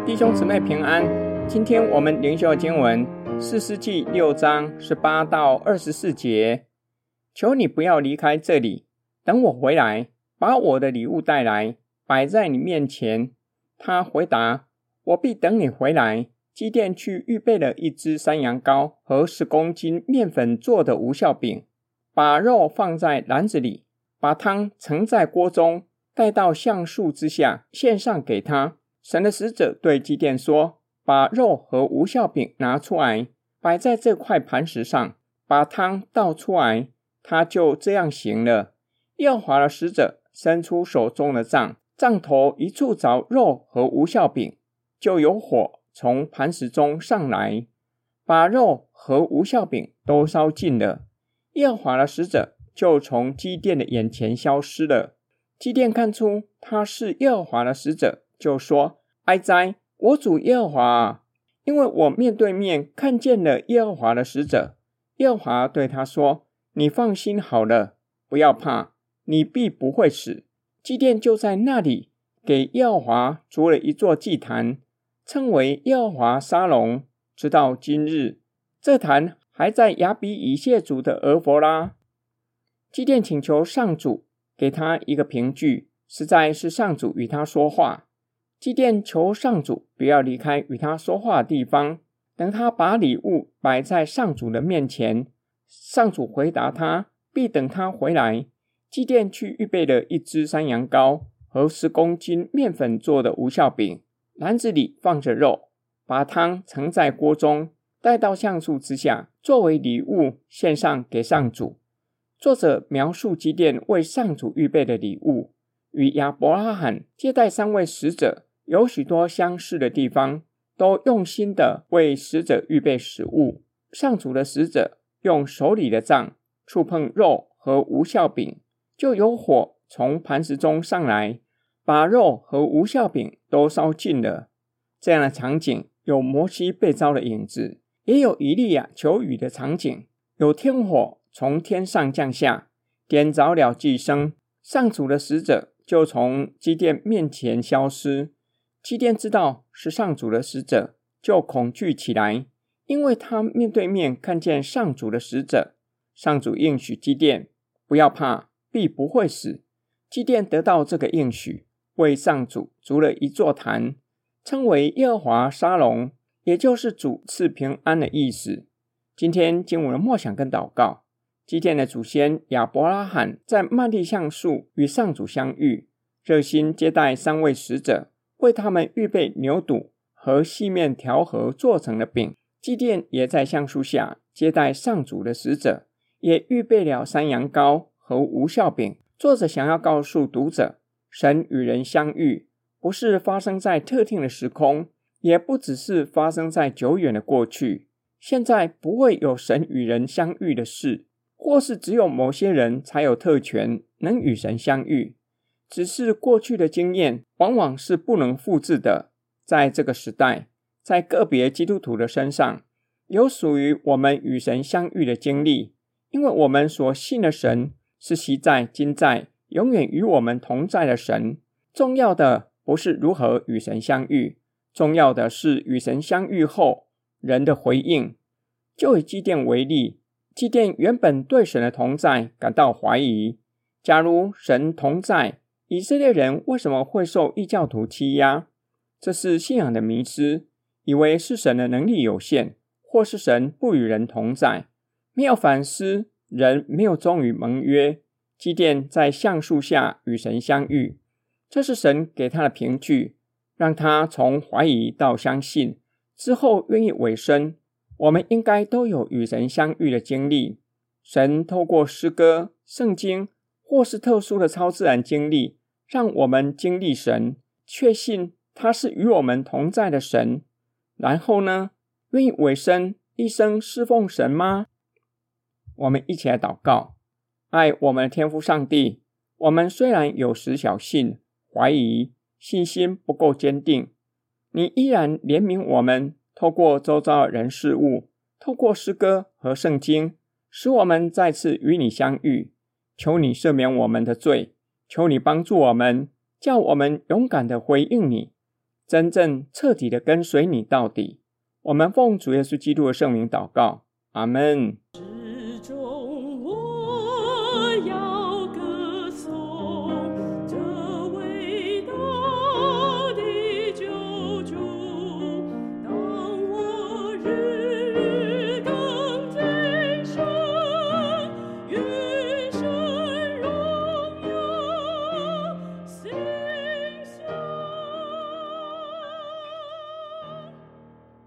弟兄姊妹平安，今天我们灵修的经文士师记6章18到24节。求你不要离开这里，等我回来，把我的礼物带来，摆在你面前。他回答，我必等你回来。基甸去预备了1只山羊羔和10公斤面粉做的无酵饼，把肉放在篮子里，把汤盛在锅中，带到橡树之下，献上给他。神的使者对基甸说，把肉和无酵饼拿出来，摆在这块磐石上，把汤倒出来。他就这样行了。耶和华的使者伸出手中的杖，杖头一触着肉和无酵饼，就有火从磐石中上来，把肉和无酵饼都烧尽了。耶和华的使者就从基甸的眼前消失了。基甸看出他是耶和华的使者，就说，哀哉，我主耶和华啊，因为我面对面看见了耶和华的使者。耶和华对他说，你放心好了，不要怕，你必不会死。基甸就在那里给耶和华筑了一座祭坛，称为耶和华沙龙，直到今日。这坛还在亚比以谢族的俄弗拉。基甸请求上主给他一个凭据，实在是上主与他说话。基甸求上主不要离开与他说话的地方，等他把礼物摆在上主的面前。上主回答他，必等他回来。基甸去预备了1只山羊羔和10公斤面粉做的无酵饼，篮子里放着肉，把汤盛在锅中，带到橡树之下，作为礼物献上给上主。作者描述基甸为上主预备的礼物，与亚伯拉罕接待3位使者有许多相似的地方，都用心的为使者预备食物。上主的使者用手里的杖触碰肉和无酵饼，就有火从磐石中上来，把肉和无酵饼都烧尽了。这样的场景有摩西被召的影子，也有以利亚求雨的场景，有天火从天上降下，点着了祭牲。上主的使者就从基甸面前消失。基甸知道是上主的使者，就恐惧起来，因为他面对面看见上主的使者。上主应许基甸，不要怕，必不会死。基甸得到这个应许，为上主筑了一座坛，称为耶和华沙龙，也就是主赐平安的意思。今天经文的默想跟祷告。基甸的祖先亚伯拉罕在曼利橡树与上主相遇，热心接待3位使者，为他们预备牛肚和细面调和做成的饼。基甸也在橡树下接待上主的使者，也预备了山羊羔和无酵饼。作者想要告诉读者，神与人相遇不是发生在特定的时空，也不只是发生在久远的过去。现在不会有神与人相遇的事，或是只有某些人才有特权能与神相遇，只是过去的经验往往是不能复制的。在这个时代，在个别基督徒的身上，有属于我们与神相遇的经历，因为我们所信的神是昔在今在永远与我们同在的神。重要的不是如何与神相遇，重要的是与神相遇后人的回应。就以基甸为例，基甸原本对神的同在感到怀疑。假如神同在，以色列人为什么会受异教徒欺压？这是信仰的迷失，以为是神的能力有限，或是神不与人同在，没有反思人没有忠于盟约。基甸在橡树下与神相遇，这是神给他的凭据，让他从怀疑到相信，之后愿意委身。我们应该都有与神相遇的经历。神透过诗歌、圣经或是特殊的超自然经历，让我们经历神，确信他是与我们同在的神。然后呢，愿意委身一生侍奉神吗？我们一起来祷告。爱我们的天父上帝，我们虽然有时小信、怀疑，信心不够坚定，你依然怜悯我们，透过周遭的人事物，透过诗歌和圣经，使我们再次与你相遇。求你赦免我们的罪，求你帮助我们，叫我们勇敢地回应你。 真正彻底的跟随你到底。我们奉主耶稣基督的圣名祷告，阿们。